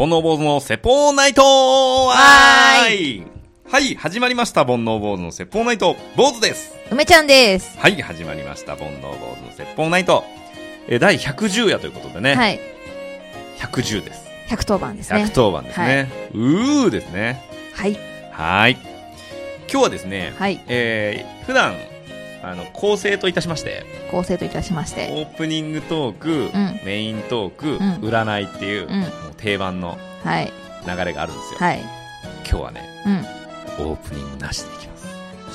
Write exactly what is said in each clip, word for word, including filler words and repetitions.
煩悩坊主の説法ナイトはーいはい、始まりました。煩悩坊主の説法ナイト、坊主です。 梅ちゃんです。 はい、始まりました。煩悩坊主の説法ナイト。えー、だいひゃくじゅう夜ということでね。 はい。 ひゃくじゅうです。 ひゃくとおばんですね。 ひゃくとおばんですね。はい、うーですね。 はい。 はい。今日はですね、 はい。 えー、普段、あの、構成といたしまして。 構成といたしまして。 オープニングトーク、うん、メイントーク、うん、占いっていう、うん、もう定番の流れがあるんですよ。 はい。 今日はね、うん、オープニングなしでいきます。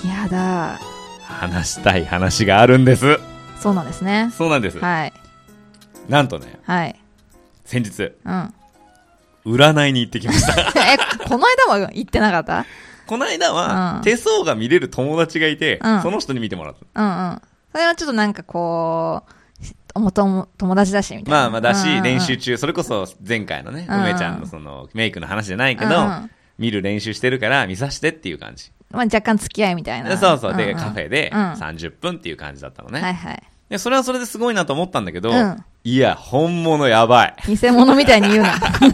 やだ。 話したい話があるんです。 そうなんですね。 そうなんです。 はい。 なんとね、 はい。 先日、 うん、 占いに行ってきました。 え、この間は行ってなかった？ この間は、うん、手相が見れる友達がいて、うん、その人に見てもらった。 うんうん。それはちょっとなんかこう、もとも友達だしみたいな。 まあまあだし、うんうんうん、練習中、それこそ前回のね、うんうん、梅ちゃんのそのメイクの話じゃないけど、うんうん、見る練習してるから見させてっていう感じ。 まあ若干付き合いみたいな。 そうそう。で、 うんうん、 カフェでさんじゅっぷんっていう感じだったのね。 はいはい。 で、それはそれですごいなと思ったんだけど、 うん、 いや、本物やばい。 偽物みたいに言うな。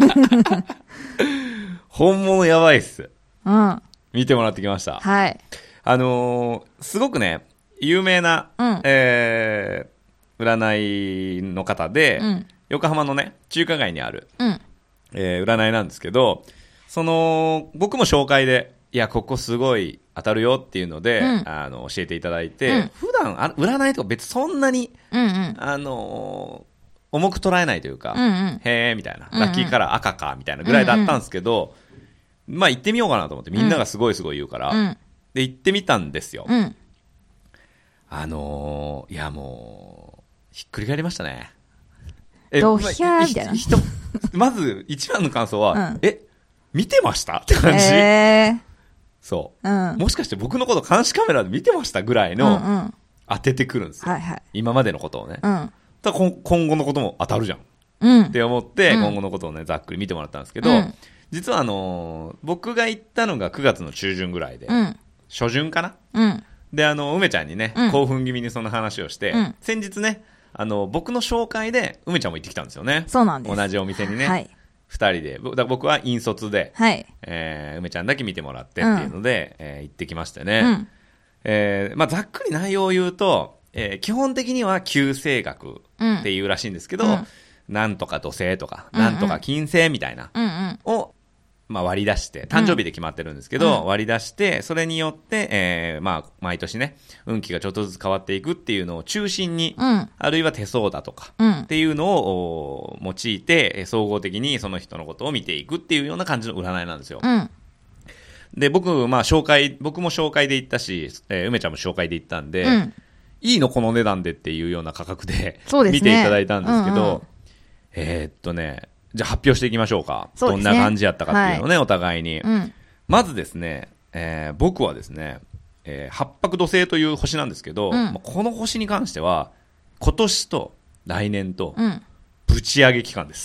本物やばいっす。 うん。 見てもらってきました。 はい。 あのー、すごくね、有名な、うん、えー、占いの方で、うん、横浜のね、中華街にある、うん、えー、占いなんですけど、その、僕も紹介で、いや、ここすごい当たるよっていうので、うん、あの、教えていただいて、うん、普段、あ占いとか別にそんなに、うんうん、あのー、重く捉えないというか、うんうん、へーみたいな、ラッキーカラー赤かみたいなぐらいだったんですけど、うんうん、まあ行ってみようかなと思って、みんながすごいすごい言うから、うん、で行ってみたんですよ。うん、あのー、いやもう、ひっくり返りましたね。 え、ドヒャーみたいな。 まず一番の感想は、うん、え、見てましたって感じ、 えー、 そう、うん、もしかして僕のこと監視カメラで見てましたぐらいの、うんうん、当ててくるんですよ、 はいはい、 今までのことをね、 うん、 だから今後のことも当たるじゃん、 うん、 って思って、うん、今後のことをねざっくり見てもらったんですけど、うん、実はあのー、僕が行ったのがくがつの中旬ぐらいで、うん、初旬かな、 うん、 であの梅ちゃんにね、うん、興奮気味にその話をして、うん、先日ねあの僕の紹介で梅ちゃんも行ってきたんですよね。 そうなんです。 同じお店にね、はい、ふたりで、だから僕は引率で、はい、えー、梅ちゃんだけ見てもらってっていうので、うん、えー、行ってきましてね、うん、えーまあ、ざっくり内容を言うと、えー、基本的には九星学っていうらしいんですけど、うん、なんとか土星とか、うんうん、なんとか金星みたいな、うんうん、を、まあ、割り出して、誕生日で決まってるんですけど、うん、割り出して、それによって、えー、まあ、毎年ね、運気がちょっとずつ変わっていくっていうのを中心に、うん、あるいは手相だとか、うん、っていうのを用いて、総合的にその人のことを見ていくっていうような感じの占いなんですよ。うん、で、僕、まあ、紹介、僕も紹介で行ったし、えー、梅ちゃんも紹介で行ったんで、うん、いいのこの値段でっていうような価格で、 そうですね、 見ていただいたんですけど、うんうん、えー、っとね、じゃあ発表していきましょうか。 そうですね、 どんな感じやったかっていうのをね、はい、お互いに、 うん。 まずですね、えー、僕はですね、えー、八白土星という星なんですけど、うん、この星に関しては、今年と来年と、ぶち上げ期間です。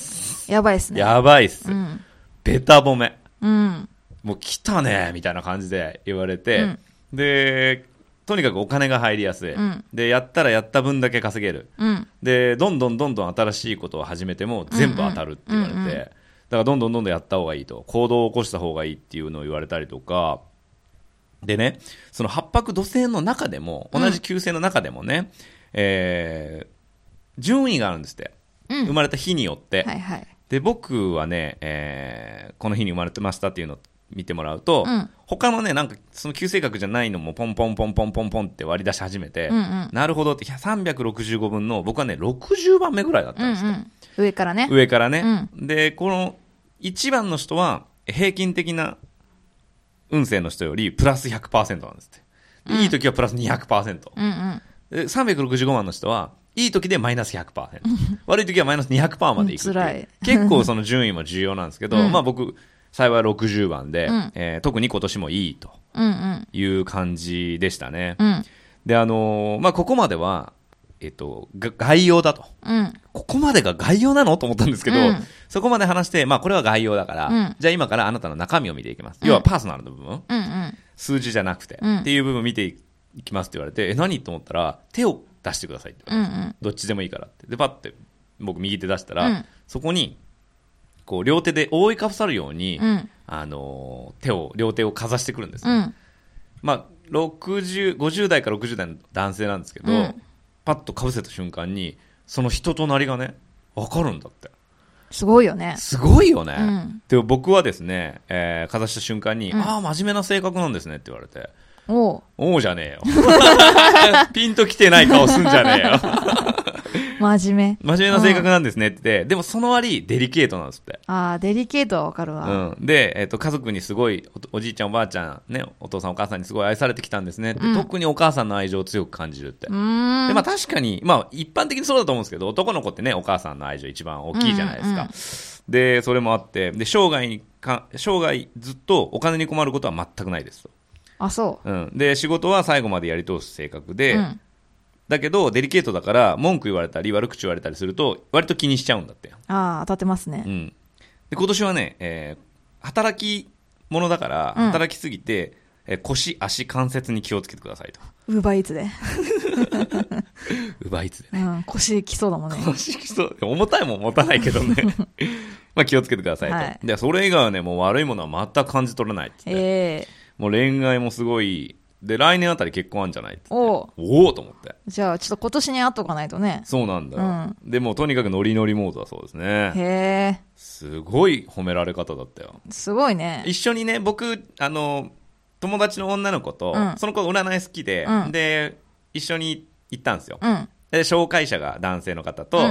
うん、やばいっすね。 やばいっす。うん、ベタ褒め。 うん、 もう来たねみたいな感じで言われて、うん、で、とにかくお金が入りやすい、うん、でやったらやった分だけ稼げる、うん、でどんどんどんどん新しいことを始めても全部当たるって言われて、うんうん、だからどんどんどんどんやった方がいいと、行動を起こした方がいいっていうのを言われたりとかでね、その八白土星の中でも同じ九星の中でもね、うん、えー、順位があるんですって、うん、生まれた日によって、 はいはい、 で僕はね、えー、この日に生まれてましたっていうのを見てもらうと、うん、他のね、なんかその九星学じゃないのもポンポンポンポンポンポンって割り出し始めて、うんうん、なるほどってさんびゃくろくじゅうごぶんの僕はねろくじゅうばんめぐらいだったんですよ、うんうん、 上からね上からね、うん、でこのいちばんの人は平均的な運勢の人よりプラス ひゃくパーセント なんですって、うん、いい時はプラス にひゃくパーセント、うんうん、でさんびゃくろくじゅうごばんの人はいい時でマイナス ひゃくパーセント 悪い時はマイナス にひゃくパーセント までいくっていう、 辛い結構その順位も重要なんですけど、うん、まあ僕幸いろくじゅうばんで、うん、えー、特に今年もいいという感じでしたね、うんうん、であのー、まあここまではえっと概要だと、うん、ここまでが概要なのと思ったんですけど、うん、そこまで話して、まあこれは概要だから、うん、じゃあ今からあなたの中身を見ていきます、うん、要はパーソナルの部分、うんうん、数字じゃなくて、うん、っていう部分を見ていきますって言われて、え何と思ったら手を出してくださいって言われて、うんうん、どっちでもいいからって、でパッて僕右手出したら、うん、そこにこう両手で覆いかぶさるように、うん、あの手を両手をかざしてくるんですね、うん、まあろくじゅう、ごじゅう代からろくじゅう代の男性なんですけど、うん、パッとかぶせた瞬間にその人となりがね分かるんだって。 すごいよね。 すごいよね、うん、で僕はですね、えー、かざした瞬間に、うん、ああ真面目な性格なんですねって言われて、おうおうじゃねえよピンときてない顔すんじゃねえよ真面目真面目な性格なんですねって、うん、でもその割デリケートなんですって。 ああデリケートはわかるわ、 うん、で、えーと、家族にすごい お, おじいちゃんおばあちゃん、ね、お父さんお母さんにすごい愛されてきたんですねって、うん、特にお母さんの愛情を強く感じるって。うーんで、まあ、確かに、まあ、一般的にそうだと思うんですけど、男の子ってねお母さんの愛情一番大きいじゃないですか、うんうんうん、でそれもあってで生涯にか生涯ずっとお金に困ることは全くないですと。 あそう、 うん、で仕事は最後までやり通す性格で、うん、だけどデリケートだから文句言われたり悪口言われたりすると割と気にしちゃうんだって。 ああ当たってますね、 うん、で今年はね、えー、働き者だから、うん、働きすぎて、えー、腰足関節に気をつけてくださいと。 ウーバーイーツでウーバーイーツでね、 うん、腰きそうだもんね。 腰きそう重たいもん持たないけどねまあ気をつけてくださいと、はい、でそれ以外はねもう悪いものは全く感じ取れないって言って、えーもう恋愛もすごいで来年あたり結婚あるんじゃないっておおと思って。 じゃあちょっと今年に会っとかないとね。 そうなんだよ、うん、でもとにかくノリノリモードだそうですね。 へえすごい褒められ方だったよ。 すごいね。 一緒にね僕あの友達の女の子と、うん、その子占い好きで、うん、で一緒に行ったんですよ、うん、で紹介者が男性の方と、うん、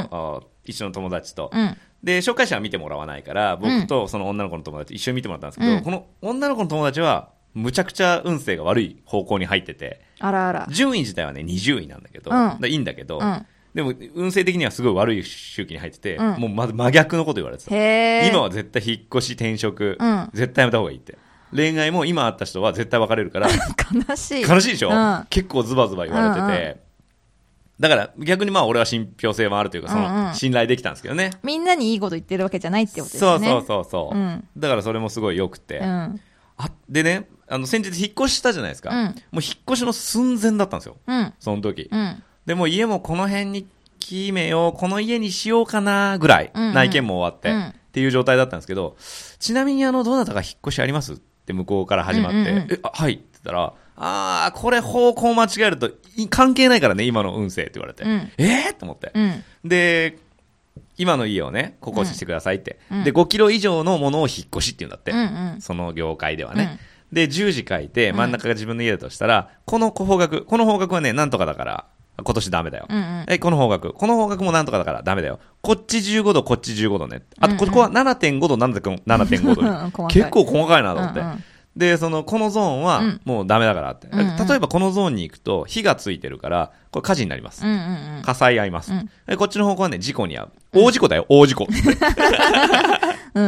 一緒の友達と、うんで紹介者は見てもらわないから僕とその女の子の友達一緒に見てもらったんですけど、うん、この女の子の友達はむちゃくちゃ運勢が悪い方向に入ってて、 あらあら順位自体はねにじゅういなんだけど、うん、だいいんだけど、うん、でも運勢的にはすごい悪い周期に入ってて、うん、もうまず真逆のこと言われてた。へ今は絶対引っ越し転職、うん、絶対やめた方がいいって。恋愛も今会った人は絶対別れるから悲しい悲しいでしょ、うん、結構ズバズバ言われてて、うんうん、だから逆にまあ俺は信憑性もあるというかその信頼できたんですけどね、うんうん、 みんなにいいこと言ってるわけじゃないってことですよね。 そうそうそうそう、うん、だからそれもすごい良くて、うん、あでねあの先日引っ越ししたじゃないですか、うん、もう引っ越しの寸前だったんですよ、うん、その時、うん、でも家もこの辺に決めようこの家にしようかなぐらい、うんうん、内見も終わって、うん、っていう状態だったんですけど、ちなみにあのどなたか引っ越しありますって向こうから始まって、うんうんうん、えあはいって言ったらあーこれ方向間違えると関係ないからね今の運勢って言われて、うん、えーと思って、うん、で今の家をねここ押ししてくださいって、うん、でごキロ以上のものを引っ越しって言うんだって、うんうん、その業界ではね、うん、で十字書いて真ん中が自分の家だとしたら、うん、この方角この方角はねなんとかだから今年ダメだよ、うんうん、えこの方角この方角もなんとかだからダメだよこっちじゅうごどこっちじゅうごどねあとここは ななてんごどななてんごど、ね、結構細かいなと思って、うんうんでそのこのゾーンはもうダメだからって、うん、例えばこのゾーンに行くと火がついてるからこれ火事になります、うんうんうん、火災合います、うん、でこっちの方向はね事故に遭う大事故だよ大事故、うん、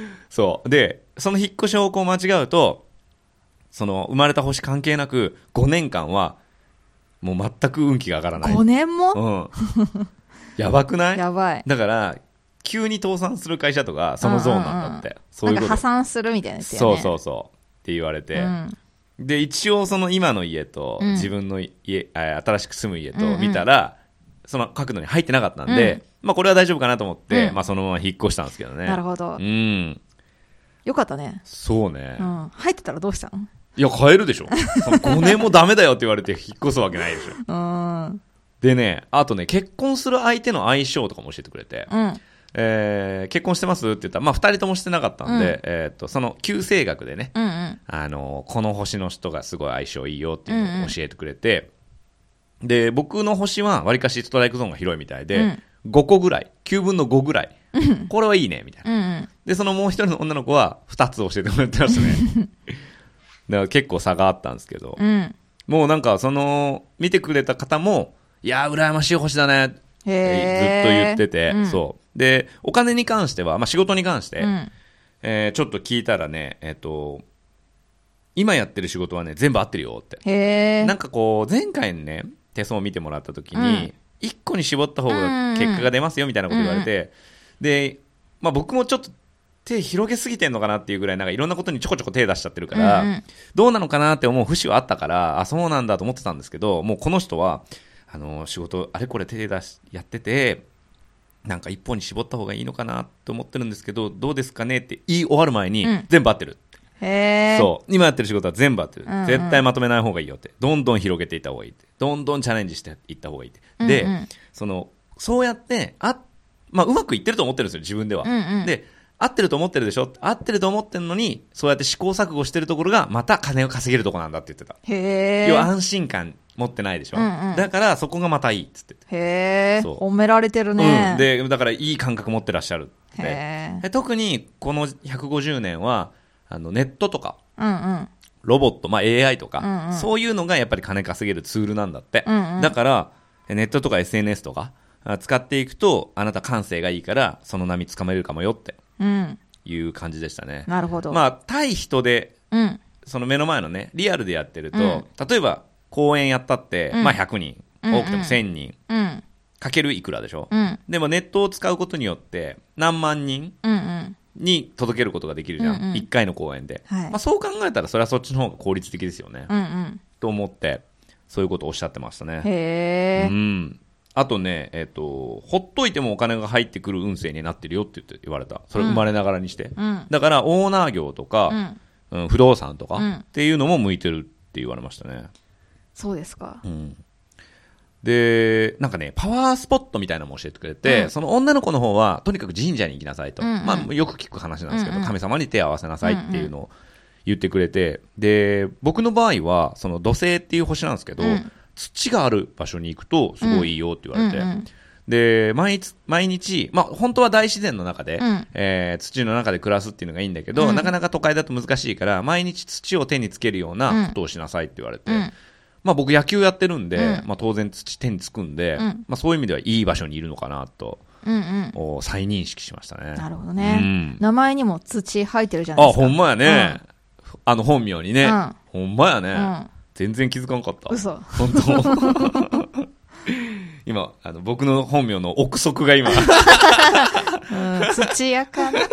そうでその引っ越し方向を間違うとその生まれた星関係なくごねんかんはもう全く運気が上がらない。 ごねんも、 うん、やばくない？ やばい。 だから急に倒産する会社とかそのゾーンなんだって、うんうんうん、そういうことなんか破産するみたいなやつよね。 そうそうそうって言われて、うん、で一応その今の家と自分の家、うん、新しく住む家と見たら、うんうん、その角度に入ってなかったんで、うん、まあこれは大丈夫かなと思って、うんまあ、そのまま引っ越したんですけどね。 なるほど、 うん、 よかったね。 そうね、 うん、入ってたらどうしたの？ いや変えるでしょごねんもダメだよって言われて引っ越すわけないでしょうんでねあとね結婚する相手の相性とかも教えてくれて、うんえー、結婚してますって言ったら、まあ、ふたりともしてなかったんで、うんえー、とその旧星学でね、うんうん、あのこの星の人がすごい相性いいよっていうのを教えてくれて、うんうん、で僕の星はわりかしストライクゾーンが広いみたいで、うん、ごこぐらいきゅうぶんのごぐらいこれはいいねみたいな、うんうん、でそのもう一人の女の子はふたつ教えてもらってましたねだから結構差があったんですけど、うん、もうなんかその見てくれた方もいや羨ましい星だねってずっと言ってて、うん、そうでお金に関しては、まあ、仕事に関して、うんえー、ちょっと聞いたらね、えーと、今やってる仕事はね全部合ってるよってへなんかこう前回のね手相を見てもらった時に、うん、いっこに絞った方が結果が出ますよみたいなこと言われて、うんうん、で、まあ、僕もちょっと手広げすぎてんのかなっていうぐらいなんかいろんなことにちょこちょこ手出しちゃってるから、うんうん、どうなのかなって思う節はあったからあそうなんだと思ってたんですけどもうこの人はあの仕事あれこれ手出しやっててなんか一本に絞った方がいいのかなと思ってるんですけど、どうですかねって言い終わる前に、 うん、 全部合ってる。 へー。 そう。今やってる仕事は全部合ってる。 うんうん、 絶対まとめない方がいいよって。どんどん広げていった方がいいって。どんどんチャレンジしていった方がいいって。うんうん、で、その、そうやって、あ、まあ、うまくいってると思ってるんですよ、自分では。 うんうん、 で、合ってると思ってるでしょ、合ってると思ってるのに、そうやって試行錯誤してるところが、また金を稼げるところなんだって言ってた。 へー。 要は安心感持ってないでしょ。うんうん、だから、そこがまたいいっつってて。 へー。褒められてるね。 うん。で、だからいい感覚持ってらっしゃるって。へー。特に、このひゃくごじゅうねんは、あの、ネットとか、うんうん、ロボット、まあ、エーアイ とか、うんうん、そういうのがやっぱり金稼げるツールなんだって。うんうん、だから、ネットとか エスエヌエス とか、使っていくと、あなた感性がいいから、その波つかめるかもよって。うんいう感じでしたね。 なるほど。 まあ、対人で、うん、その目の前のね、リアルでやってると、うん、例えば、公演やったって、うん、まあひゃくにん、うんうん、多くてもせんにん、うん、かけるいくらでしょ、うん、でもネットを使うことによって、何万人に届けることができるじゃん。うんうん、いっかいの公演で。はい、まあそう考えたら、それはそっちの方が効率的ですよね。うんうん、と思って、そういうことをおっしゃってましたね。 へー。 うん。あとね、えっと、ほっといてもお金が入ってくる運勢になってるよって言って言われた。それ生まれながらにして。うん、だから、オーナー業とか、うんうん、不動産とか、うん、っていうのも向いてるって言われましたね。 そうですか。 うん。で、なんかね、パワースポットみたいなのも教えてくれて、うん、その女の子の方は、とにかく神社に行きなさいと。うんうん、まあ、よく聞く話なんですけど、うんうん、神様に手を合わせなさいっていうのを言ってくれて、で、僕の場合は、その土星っていう星なんですけど、うん土がある場所に行くとすごいいいよって言われて、うんうんうん、で毎日、毎日、まあ、本当は大自然の中で、うんえー、土の中で暮らすっていうのがいいんだけど、うん、なかなか都会だと難しいから毎日土を手につけるようなことをしなさいって言われて、うんまあ、僕野球やってるんで、うんまあ、当然土手につくんで、うんまあ、そういう意味ではいい場所にいるのかなと、うんうん、再認識しましたね。 なるほどね、うん、名前にも土入ってるじゃないですか。 あ、ほんまやね、うん、あの本名にね、うん、ほんまやね、うん全然気づかんかった。 嘘。 本当今、あの、僕の本名の憶測が今。うん、 土屋かな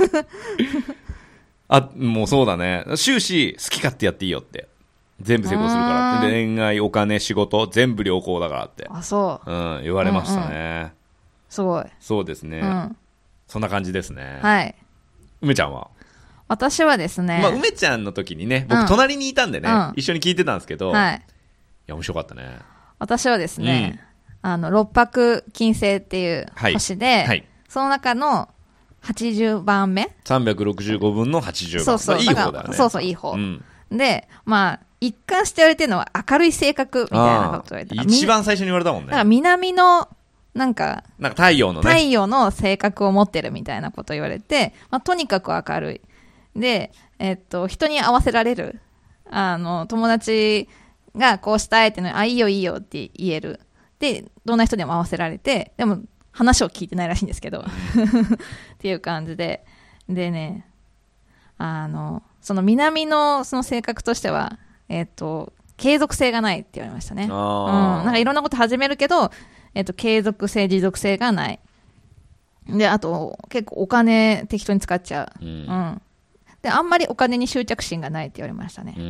あ、もうそうだね。終始、好き勝手やっていいよって。全部成功するからって。恋愛、お金、仕事、全部良好だからって。 あ、そう。 うん、言われましたね。うんうん、 すごい。 そうですね、うん。そんな感じですね。 はい。 梅ちゃんは私はですね、 まあ、梅ちゃんの時にね、僕隣にいたんでね、うん、一緒に聞いてたんですけど、はい、いや面白かったね。 私はですね、うん、あの六白金星っていう星で、はいはい、その中のはちじゅうばんめさんびゃくろくじゅうごぶんのはちじゅうばん、 そうそう、 まあ、いい方だよね。 そうそういい方、うん、でまあ一貫して言われてるのは明るい性格みたいなこと言われて、 一番最初に言われたもんね。 だから南のなんかなんか太陽のね太陽の性格を持ってるみたいなこと言われて、まあ、とにかく明るいで、えっと、人に合わせられる。あの、友達がこうしたいっていうのに、あ、いいよいいよって言える。で、どんな人でも合わせられて、でも話を聞いてないらしいんですけど。っていう感じで。でね、あの、その南のその性格としては、えっと、継続性がないって言われましたね。うん。なんかいろんなこと始めるけど、えっと、継続性、持続性がない。で、あと、結構お金適当に使っちゃう。うん。うんであんまりお金に執着心がないって言われましたね、うんうん、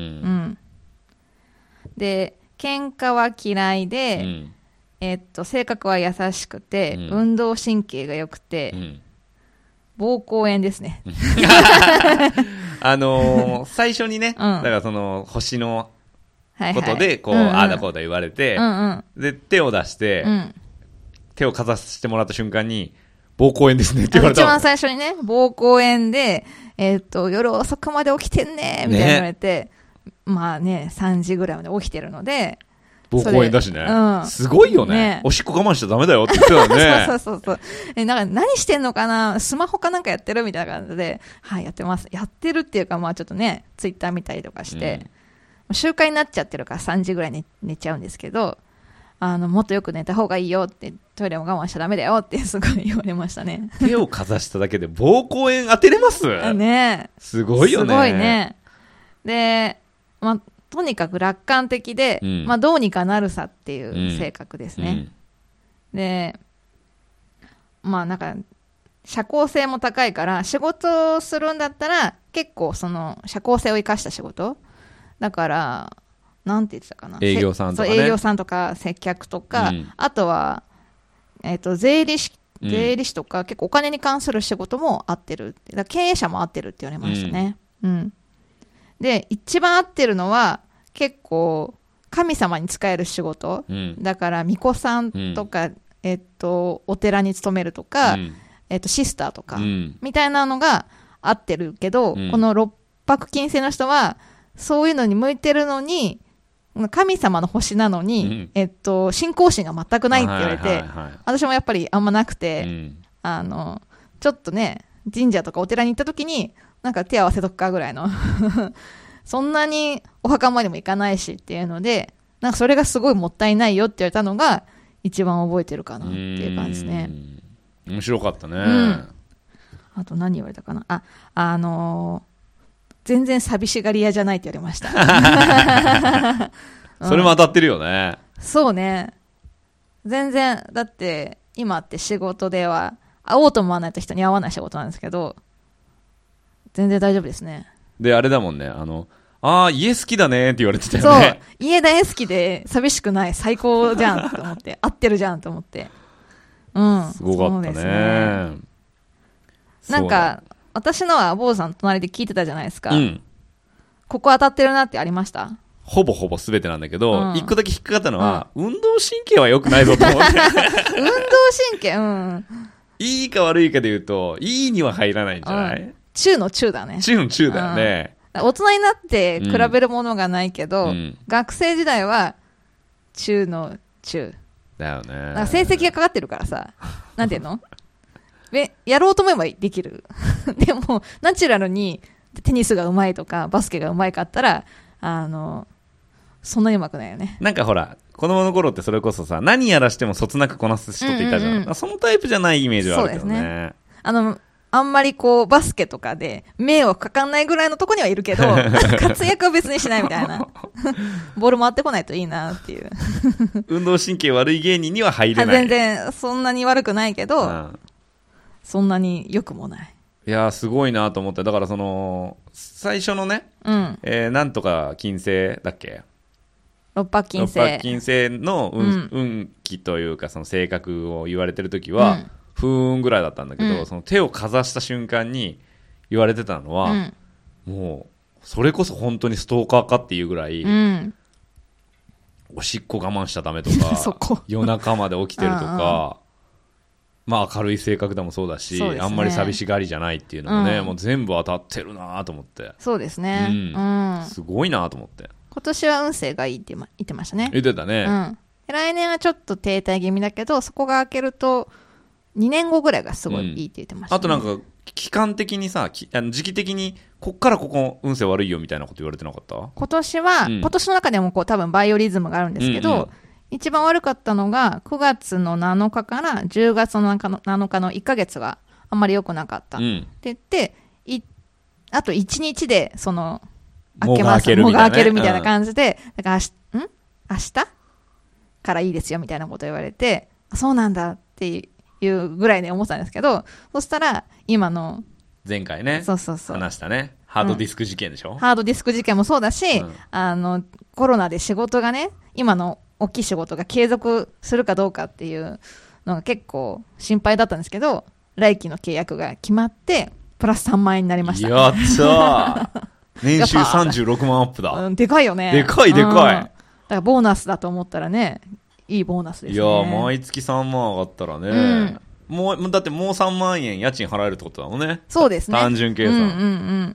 で喧嘩は嫌いで、うんえー、っと性格は優しくて、うん、運動神経が良くて、うん、膀胱炎ですねあのー、最初にね、うん、だからその星のことでこう、はいはい、ああだこうだ言われて、うんうん、で手を出して、うん、手をかざしてもらった瞬間に膀胱炎ですねって言われた。 一番最初にね膀胱炎でえっと、夜遅くまで起きてんねみたいな言われて、ね、まあね、さんじぐらいまで起きてるので。 膀胱炎だしね、うん。すごいよね。ねおしっこ我慢しちゃダメだよって言ってたよね。 そうそうそう。え、なんか何してんのかなスマホかなんかやってるみたいな感じで、はい、やってます。やってるっていうか、まあちょっとね、ツイッター見たりとかして、うん、習慣になっちゃってるからさんじぐらいに 寝, 寝ちゃうんですけど、あの、もっとよく寝た方がいいよって、トイレも我慢しちゃダメだよってすごい言われましたね。 手をかざしただけで膀胱炎当てれますねすごいよね。 すごいね。で、まあ、とにかく楽観的で、うん、まあ、どうにかなるさっていう性格ですね。うんうん、で、まあ、なんか、社交性も高いから、仕事をするんだったら、結構その、社交性を生かした仕事だから、なんて言ってたかな、 営業さんとか、ね、 そう営業さんとか接客とか、うん、あとは、えーと、税理士税理士とか結構お金に関する仕事も合ってる。だから経営者も合ってるって言われましたね。うん。うん、で、一番合ってるのは結構神様に仕える仕事。うん、だから巫女さんとか、うん、えっと、お寺に勤めるとか、うん、えっと、シスターとか、うん、みたいなのが合ってるけど、うん、この六白金星の人はそういうのに向いてるのに、神様の星なのに、うん、えっと、信仰心が全くないって言われて、はいはいはい、私もやっぱりあんまなくて、うん、あの、ちょっとね、神社とかお寺に行った時に、なんか手合わせとくかぐらいの。そんなにお墓までも行かないしっていうので、なんかそれがすごいもったいないよって言われたのが、一番覚えてるかなっていう感じですね。 面白かったね。うん、 あと何言われたかな。あ、あのー、全然寂しがり屋じゃないって言われました。 うん、それも当たってるよね。 そうね。全然、だって今って仕事では会おうと思わないと人に会わない仕事なんですけど、全然大丈夫ですね。 で、あれだもんね。あの、ああ、家好きだねって言われてたよね。 そう。家大好きで寂しくない。最高じゃんと思って。合ってるじゃんと思って。うん。 すごかったね。ねなんか、私のは坊さん隣で聞いてたじゃないですか。うん。ここ当たってるなってありました？ ほぼほぼ全てなんだけど、うん、一個だけ引っかかったのは、うん、運動神経は良くないぞと思って。 運動神経うん。 いいか悪いかで言うと、いいには入らないんじゃない？うん、 中の中だね。 中の中だよね。 うん、大人になって比べるものがないけど、うん、学生時代は中の中。 だよね。 なんか成績がかかってるからさ、なんていうの？やろうと思えばできる。でも、ナチュラルにテニスが上手いとか、バスケが上手いかったら、あの、そんなに上手くないよね。 なんかほら、子供の頃ってそれこそさ、何やらしてもそつなくこなす人っていたじゃん。うんうんうん、そのタイプじゃないイメージはあるけどね。そうですね。 あの、あんまりこう、バスケとかで、目をかかんないぐらいのとこにはいるけど、活躍は別にしないみたいな。ボール回ってこないといいなっていう。 運動神経悪い芸人には入れない。 全然、そんなに悪くないけど、うんそんなに良くもない。 いやーすごいなと思って。だからその最初のね、うんえー、なんとか金星だっけ六白金星六白金星の運、うん、運気というかその性格を言われてる時は、うん、不運ぐらいだったんだけど、うん、その手をかざした瞬間に言われてたのは、うん、もうそれこそ本当にストーカーかっていうぐらい、うん、おしっこ我慢しちゃダメとか夜中まで起きてるとかまあ明るい性格でもそうだし、ね、あんまり寂しがりじゃないっていうのもね、うん、もう全部当たってるなと思って。 そうですね、 うんうん、すごいなと思って。 今年は運勢がいいって言ってましたね。 言ってたね、うん、 来年はちょっと停滞気味だけどそこが明けるとにねんごぐらいがすごいいいって言ってましたね、 うん、あとなんか期間的にさあの時期的にこっからここ運勢悪いよみたいなこと言われてなかった？ 今年は、うん、今年の中でもこう多分バイオリズムがあるんですけど、うんうん一番悪かったのがくがつのなのかからじゅうがつのなのかのいっかげつがあんまり良くなかった、うん、って言っていあといちにちでその明けますもうが明けるみたいな感じで、うん、だから明日、ん明日からいいですよみたいなこと言われてそうなんだっていうぐらいで思ってたんですけどそしたら今の前回ねそうそうそう話したねハードディスク事件でしょ、うん、 ハードディスク事件もそうだし、うん、あのコロナで仕事がね今の大きい仕事が継続するかどうかっていうのが結構心配だったんですけど来期の契約が決まってプラスさんまんえんになりました。 やったー年収さんじゅうろくまんアップだ、 うん、でかいよね。 でかいでかい、うん、だからボーナスだと思ったらねいいボーナスですね。 いや毎月さんまん上がったらね、うんもうだってもうさんまんえん家賃払えるってことだもんね。 そうですね。 単純計算。うんうんうん。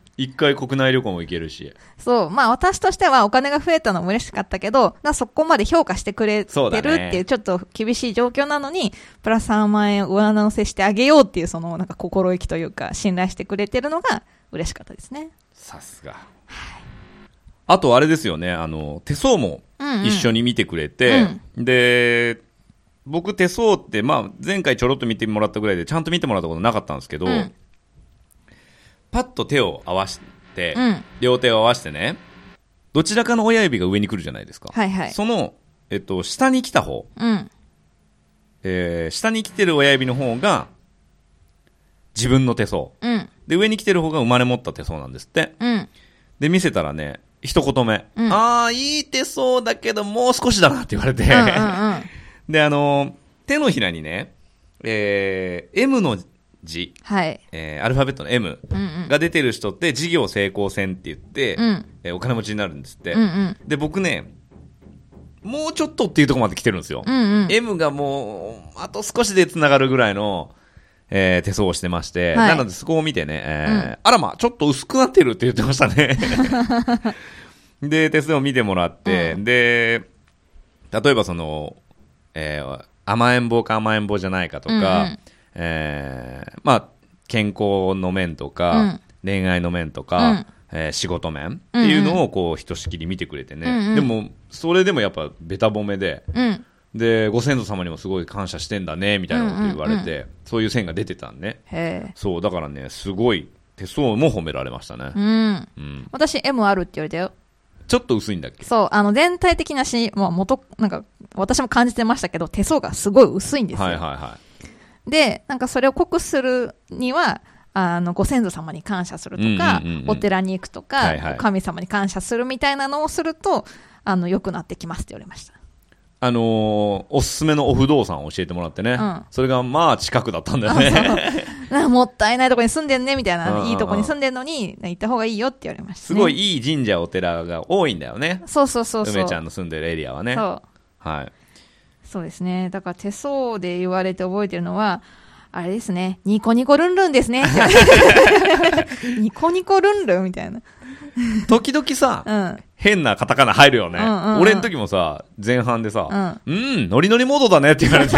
一回国内旅行も行けるし。 そう。まあ私としてはお金が増えたのも嬉しかったけど、そこまで評価してくれてるっていうちょっと厳しい状況なのに、プラスさんまんえん上乗せしてあげようっていうそのなんか心意気というか信頼してくれてるのが嬉しかったですね。 さすが。はい。あとあれですよね、あの、手相も一緒に見てくれて、うんうん、で、僕手相って、まあ、前回ちょろっと見てもらったぐらいでちゃんと見てもらったことなかったんですけど、うん、パッと手を合わせて、うん、両手を合わせてねどちらかの親指が上に来るじゃないですか、 はいはい、 その、えっと、下に来た方、うんえー、下に来てる親指の方が自分の手相、うん、で上に来てる方が生まれ持った手相なんですって、うん、で見せたらね一言目、うん、ああいい手相だけどもう少しだなって言われて、うんうんうんで、あの、手のひらにね、 えー、M の字、 はいえー、アルファベットの M が出てる人って事業成功線って言って、うんえー、お金持ちになるんですって、うんうん、で僕ねもうちょっとっていうところまで来てるんですよ、うんうん、M がもうあと少しでつながるぐらいの、えー、手相をしてまして、はい、なのでそこを見てね、えーうん、あらまちょっと薄くなってるって言ってましたねで手相を見てもらって、うん、で例えばその、えー、甘えん坊か甘えん坊じゃないかとか、うんうんえー、まあ健康の面とか、うん、恋愛の面とか、うんえー、仕事面っていうのをこうひとしきり見てくれてね、うんうん、でもそれでもやっぱベタ褒めで、うん、でご先祖様にもすごい感謝してんだねみたいなこと言われて、うんうんうん、そういう線が出てたんね。へそうだからねすごい手相も褒められましたね、うんうん、私 エム あるって言われたよ。 ちょっと薄いんだっけ。 そうあの全体的なし、まあ、元なんか私も感じてましたけど手相がすごい薄いんですよ。はいはいはいでなんかそれを濃くするにはあのご先祖様に感謝するとか、うんうんうんうん、お寺に行くとか、はいはい、神様に感謝するみたいなのをするとあの良くなってきますって言われました。 あのー、おすすめのお不動産を教えてもらってね、うん、それがまあ近くだったんだよねもったいないとこに住んでんねみたいな、うんうんうん、いいとこに住んでんのに行った方がいいよって言われました、ね、 すごいいい神社お寺が多いんだよね。 そうそうそうそう梅ちゃんの住んでるエリアはね。そうはいそうですね。だから手相で言われて覚えてるのはあれですね。ニコニコルンルンですね。ニコニコルンルンみたいな。 時々さ、うん、変なカタカナ入るよね、うんうんうん。俺の時もさ、前半でさ、うん、うん、ノリノリモードだねって言われて。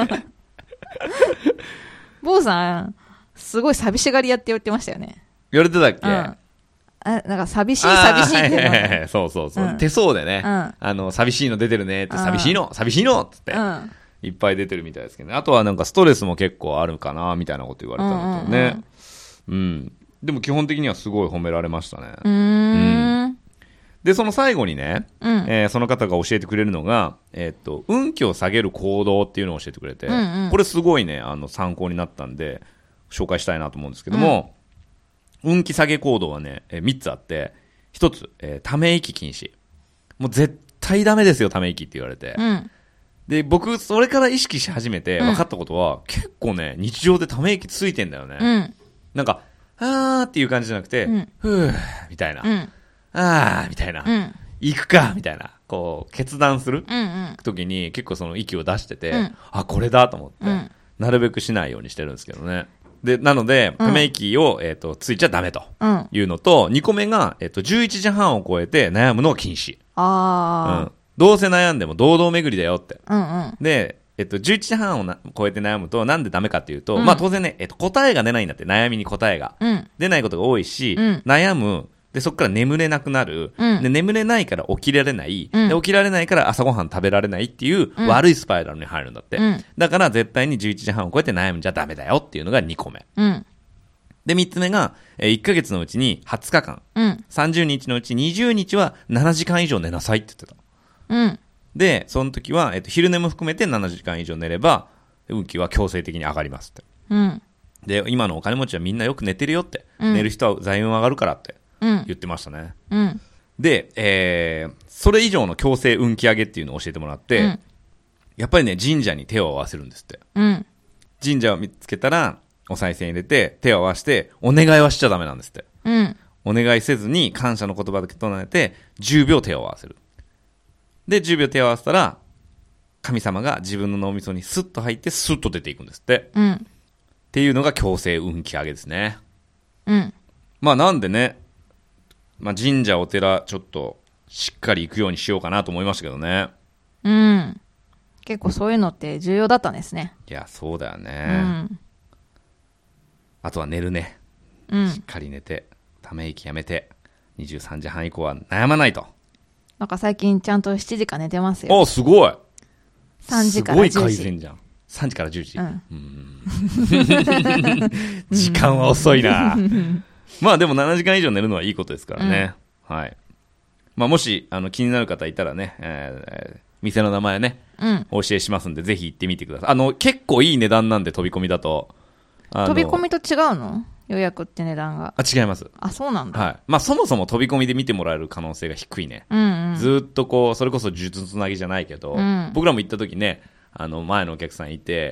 坊さん、すごい寂しがり屋って言ってましたよね。 言われてたっけ、 うんあなんか寂しい寂しいっていうの、はいはいはい、 そうそうそう、うん、手相でね、うん、あの寂しいの出てるねって、うん、寂しいの寂しいのって、うん、いっぱい出てるみたいですけどね。あとはなんかストレスも結構あるかなみたいなこと言われたんだけどね、うん、うんうん、でも基本的にはすごい褒められましたね。うーん、うん、でその最後にね、うんえー、その方が教えてくれるのが、えー、っと運気を下げる行動っていうのを教えてくれて、うんうん、これすごいねあの参考になったんで紹介したいなと思うんですけども、うん、運気下げ行動はね、えー、みっつあって、ひとつ、えー、ため息禁止。もう絶対ダメですよため息って言われて、うん、で僕それから意識し始めて分かったことは、うん、結構ね日常でため息ついてんだよね、うん、なんかあーっていう感じじゃなくて、うん、ふーみたいな、うん、あーみたいな、うん、行くかみたいなこう決断する時に結構その息を出してて、うん、あこれだと思って、うん、なるべくしないようにしてるんですけどね。でなのでため息を、えー、とついちゃダメというのと、うん、にこめが、えー、とじゅういちじはんを超えて悩むのを禁止。あ、うん、どうせ悩んでも堂々巡りだよって、うんうん、で、えっと、じゅういちじはんをな超えて悩むとなんでダメかっていうと、うん、まあ当然ね、えっと、答えが出ないんだって。悩みに答えが、うん、出ないことが多いし、うん、悩むでそこから眠れなくなる、うん、で眠れないから起きられない、うん、で起きられないから朝ごはん食べられないっていう悪いスパイラルに入るんだって、うん、だから絶対にじゅういちじはんを超えて悩むんじゃダメだよっていうのがにこめ、うん、でみっつめが、えー、いっかげつのうちにはつかかん、うん、さんじゅうにちのうちにじゅうにちはななじかん以上寝なさいって言ってた、うん、でその時は、えー、と昼寝も含めてななじかん以上寝れば運気は強制的に上がりますって、うん、で今のお金持ちはみんなよく寝てるよって、うん、寝る人は財運上がるからって言ってましたね、うん、で、えー、それ以上の強制運気上げっていうのを教えてもらって、うん、やっぱりね神社に手を合わせるんですって、うん、神社を見つけたらお賽銭入れて手を合わせてお願いはしちゃダメなんですって、うん、お願いせずに感謝の言葉だけ唱えてじゅうびょう手を合わせる。でじゅうびょう手を合わせたら神様が自分の脳みそにスッと入ってスッと出ていくんですって、うん、っていうのが強制運気上げですね、うん、まあなんでね、まあ、神社お寺ちょっとしっかり行くようにしようかなと思いましたけどね。 うん結構そういうのって重要だったんですね。 いやそうだよね、うん、あとは寝るね、うん、しっかり寝てため息やめてにじゅうさんじはん以降は悩まないと。 なんか最近ちゃんとしちじか寝てますよ。 あすごいさんじからじゅうじ。 すごい改善じゃん。さんじからじゅうじ、うん、うーん時間は遅いなまあでもななじかん以上寝るのはいいことですからね、うん、はい。まあもしあの気になる方いたらね、えー、店の名前ね、うん、お教えしますんでぜひ行ってみてください。あの結構いい値段なんで飛び込みだと。 飛び込みと違うの？予約って値段が。 あ違います。 あそうなんだ、 はい。まあそもそも飛び込みで見てもらえる可能性が低いね、うんうん、ずっとこうそれこそ術つなぎじゃないけど、うん、僕らも行った時ねあの前のお客さんいて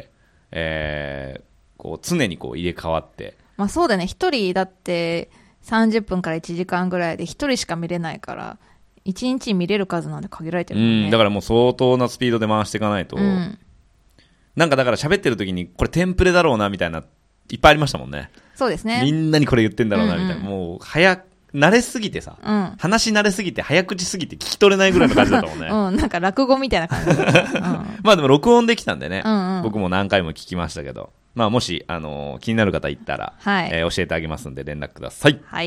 えー、こう常にこう入れ替わって。 まあそうだね。一人だってさんじゅっぷんからいちじかんぐらいで一人しか見れないから、一日見れる数なんで限られてるもんね。 うん、だからもう相当なスピードで回していかないと。うん、なんかだから喋ってる時にこれテンプレだろうなみたいないっぱいありましたもんね。 そうですね。 みんなにこれ言ってんだろうなみたいな。うんうん、もう早慣れすぎてさ、うん、話慣れすぎて早口すぎて聞き取れないぐらいの感じだったもんね。 うん、なんか落語みたいな感じだった、うん、 まあでも録音できたんでね、 うんうん、 僕も何回も聞きましたけど、まあもし、あのー、気になる方いったら、はい、えー、教えてあげますんで連絡ください。 はい。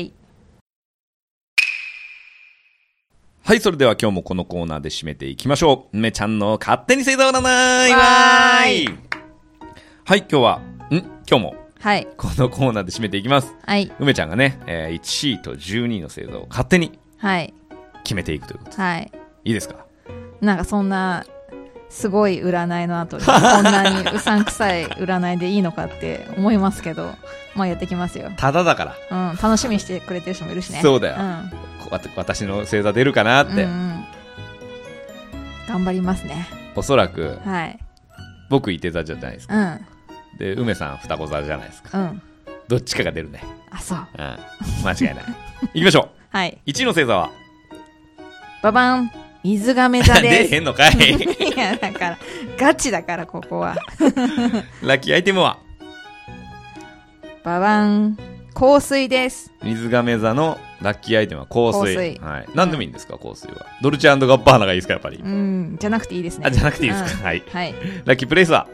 はい、それでは今日もこのコーナーで締めていきましょう。梅ちゃんの勝手に星座占い。わーい。はい、今日は、ん今日も。はい、このコーナーで締めていきます。はい、梅ちゃんがね、えー、いちいとじゅうにいの星座を勝手に決めていくということで、はい、いいですか？ なんかそんなすごい占いの後にこんなにうさんくさい占いでいいのかって思いますけど、まあやってきますよ。 ただだから、 うん、楽しみにしてくれてる人もいるしね。 そうだよ、うん、私の星座出るかなって、うんうん、 頑張りますね。 おそらく、はい、僕いて座じゃないですか、うん、で梅さん双子座じゃないですか、うん、どっちかが出るね。 あ、そう、 うん、間違いないいきましょう。はい、いちいの星座はババン、水亀座です。 出へんのかいいやだからガチだからここはラッキーアイテムはババン、香水です。 水亀座のラッキーアイテムは香水。香水、はい、何でもいいんですか、うん、香水はドルチェ&ガッバーナがいいですか、やっぱり。 うん、じゃなくていいですね。 あ、じゃなくていいですか、うん、はい、 はい、 ラッキープレイスは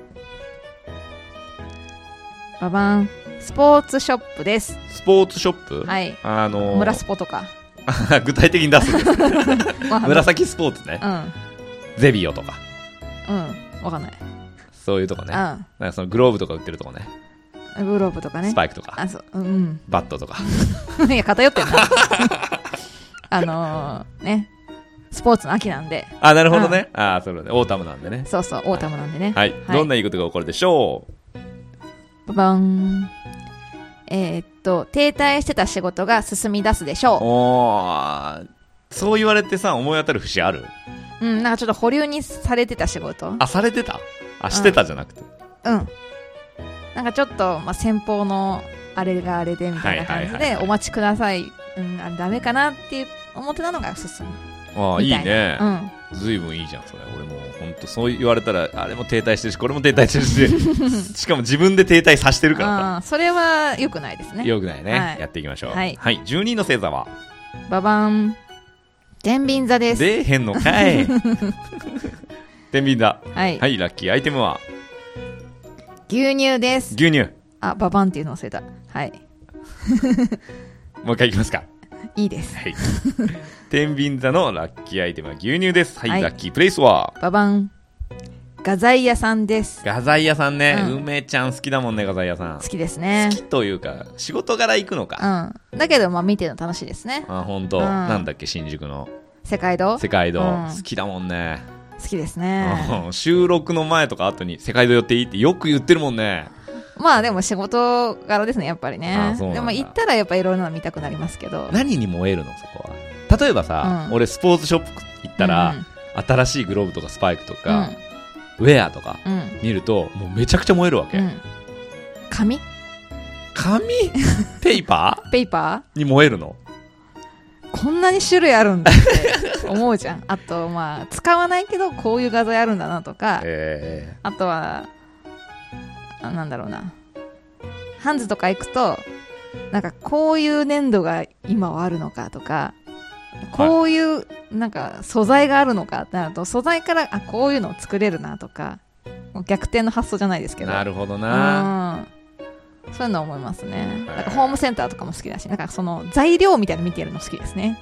ババン、スポーツショップです。 スポーツショップ、 はい、あのー、村スポとか具体的に出すんです紫スポーツね、うん、ゼビオとか、 うん、わかんない、 そういうとこね、うん、なんかそのグローブとか売ってるとこね、 グローブとかね、 スパイクとか、 あ、そう、うん、 バットとかいや偏ってんなあのー、ね、スポーツの秋なんで。 あ、なるほどね、うん、あ、そうね、オータムなんでね。 そうそう、オータムなんでね、 はい、はい、どんないいことが起こるでしょう。 ババン、えー、っと停滞してた仕事が進み出すでしょう。 おー、そう言われてさ、思い当たる節ある？ うん、なんかちょっと保留にされてた仕事。 あ、されてた？あ、してたじゃなくて、 うん、うん、なんかちょっと、まあ、先方のあれがあれでみたいな感じでお待ちください、うん、あれダメかなって思ってたのが進む。 ああ、いいね、うん、ずいぶんいいじゃんそれ。俺も本当そう言われたら、あれも停滞してるしこれも停滞してるししかも自分で停滞させてるからさ。 あ、それは良くないですね。 良くないね、はい、やっていきましょう。はい、はい、じゅうにいの星座はババン、天秤座です。 出へんのかい天秤座、はい、はい、ラッキーアイテムは牛乳です。 牛乳、 あ、ババンっていうの忘れた。はい。 もう一回いきますか。 いいです。はい。 天秤座のラッキーアイテムは牛乳です。はい。はい、ラッキープレイスはババン、画材屋さんです。 画材屋さんね、うん、梅ちゃん好きだもんね、画材屋さん。 好きですね。 好きというか仕事柄行くのか。 うん。だけどまあ見てるの楽しいですね。 あ、本当、うん。なんだっけ、新宿の世界堂。 世界堂、うん、好きだもんね。 好きですね。 収録の前とか後に世界堂寄っていいってよく言ってるもんね。 まあでも仕事柄ですね、やっぱりね。ああ、でも行ったらやっぱいろいろなの見たくなりますけど。 何に燃えるのそこは。例えばさ、うん、俺スポーツショップ行ったら、うん、新しいグローブとかスパイクとか、うん、ウェアとか見ると、もうめちゃくちゃ燃えるわけ、うん、 紙紙ペーパーペーパーに燃えるの。 こんなに種類あるんだって思うじゃん。あとまあ使わないけどこういう画材あるんだなとか、えー、あとはあ、なんだろうな、ハンズとか行くとなんかこういう粘土が今はあるのかとか、こういうなんか素材があるのかってなると、素材からあこういうのを作れるなとか、逆転の発想じゃないですけど。 なるほどな、 うん、そういうの思いますね。なんかホームセンターとかも好きだし、なんかその材料みたいなの見てるの好きですね。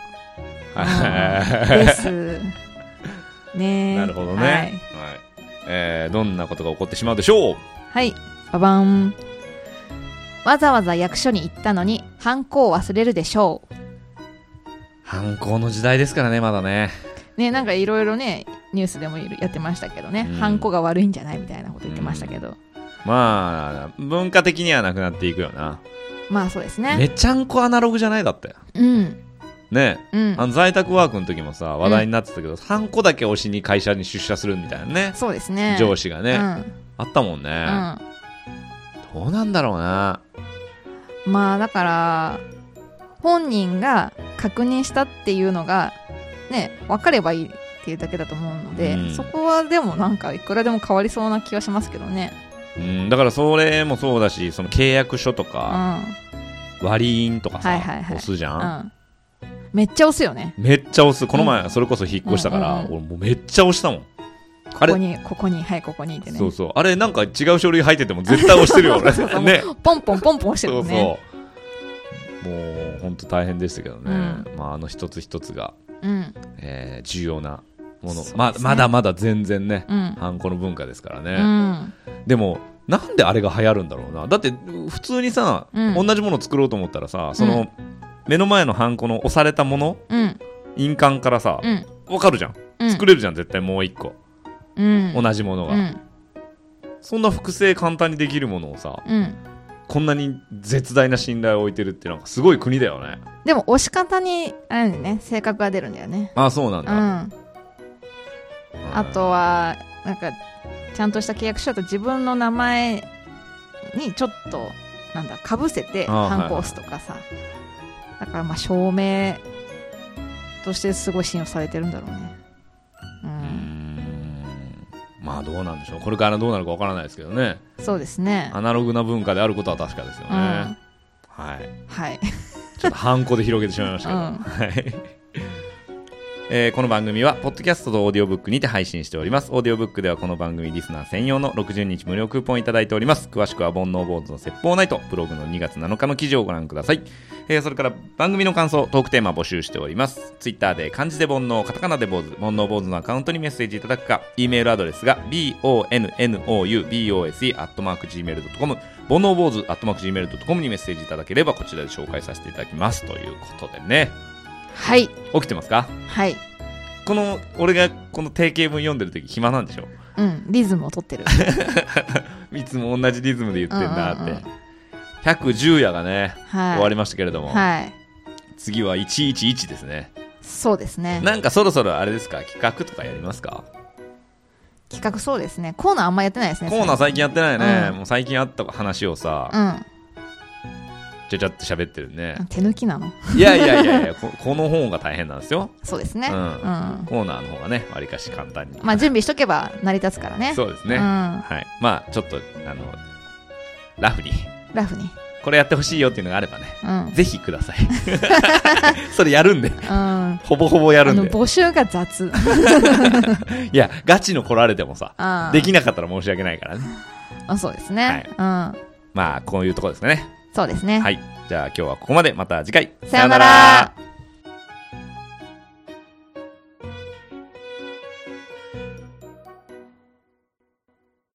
ですね。 なるほどね、はいはい、えー、どんなことが起こってしまうでしょう。 はい、ババン、わざわざ役所に行ったのにハンコを忘れるでしょう。 ハンコの時代ですからね、まだね。 ね、なんかいろいろねニュースでもやってましたけどね、うん、ハンコが悪いんじゃないみたいなこと言ってましたけど、うん、 まあ文化的にはなくなっていくよな。 まあそうですね。 めちゃんこアナログじゃないだって。うんね、うん、あの在宅ワークの時もさ話題になってたけど、うん、ハンコだけ押しに会社に出社するみたいなね。 そうですね。 上司がね、うん、 あったもんね、うん、どうなんだろうな。 まあだから本人が確認したっていうのがね分かればいいっていうだけだと思うので、うん、そこはでもなんかいくらでも変わりそうな気はしますけどね。 うん、だからそれもそうだし、その契約書とか、うん、割り印とかさ、はいはいはい、押すじゃん、 うん、めっちゃ押すよね。 めっちゃ押す。この前それこそ引っ越したから、うんうんうん、俺もうめっちゃ押したもん。 ここにここにはいここにってね。 そうそう、あれなんか違う書類入ってても絶対押してるよ俺そうそうね、ポンポンポンポン押してるよね。 そうそう、もう本当大変でしたけどね、うん、まあ、あの一つ一つが、うんえー、重要なもの、ね、ま, まだまだ全然ね、うん、ハンコの文化ですからね、うん、でもなんであれが流行るんだろうな。だって普通にさ、うん、同じものを作ろうと思ったらさ、その、うん、目の前のハンコの押されたもの、うん、印鑑からさ、うん、分かるじゃん、うん、作れるじゃん絶対もう一個、うん、同じものが、うん、そんな複製簡単にできるものをさ、うん、こんなに絶大な信頼を置いてるってなんかすごい国だよね。 でも押し方にあれね性格が出るんだよね。 あ、そうなんだ、うん、 あとはなんかちゃんとした契約書だと自分の名前にちょっとなんだかぶせてハンコ押すとかさ、はいはい、だからまあ証明としてすごい信用されてるんだろうね。うん、うーん、 まあどうなんでしょう、これからどうなるかわからないですけどね。 そうですね、 アナログな文化であることは確かですよね、うん、はいはいちょっとハンコで広げてしまいましたけど、うん、はいえー、この番組はポッドキャストとオーディオブックにて配信しております。オーディオブックではこの番組リスナー専用のろくじゅうにち無料クーポンをいただいております。詳しくは煩悩坊主の説法ナイトブログのにがつなのかの記事をご覧ください。えー、それから番組の感想、トークテーマ募集しております。ツイッターで漢字で煩悩、カタカナで坊主、煩悩坊主のアカウントにメッセージいただくか、E メールアドレスが ボノボーズ アットマーク ジーメールドットコム 煩悩坊主 アットマーク ジーメールドットコム にメッセージいただければこちらで紹介させていただきますということでね。 はい、 起きてますか？ はい。この俺がこの定型文読んでる時暇なんでしょ？ うん、リズムを取ってるいつも同じリズムで言ってんだって、うんうんうん、ひゃくじゅう夜がね、はい、終わりましたけれども、はい、次はいちいちいちですね。 そうですね。 なんかそろそろあれですか、企画とかやりますか？ 企画、そうですね、コーナーあんまやってないですね。 コーナー最近やってないね、うん、もう最近あった話をさ、うんちゃちゃっと喋ってるね。 手抜きなの？ いやいやいやいや こ, この本が大変なんですよ。 そうですね、うんうん、 コーナーの方がねわりかし簡単に、 まあ、準備しとけば成り立つからね。 そうですね、うん、はい、まあちょっとあのラフにラフにこれやってほしいよっていうのがあればね、うん、ぜひくださいそれやるんで、うん、ほぼほぼやるんで。 あの募集が雑いやガチの来られてもさできなかったら申し訳ないからね。 あ、そうですね、はい、うん、 まあこういうところですかね。 そうですね。 はい。じゃあ今日はここまで。また次回。 さよなら。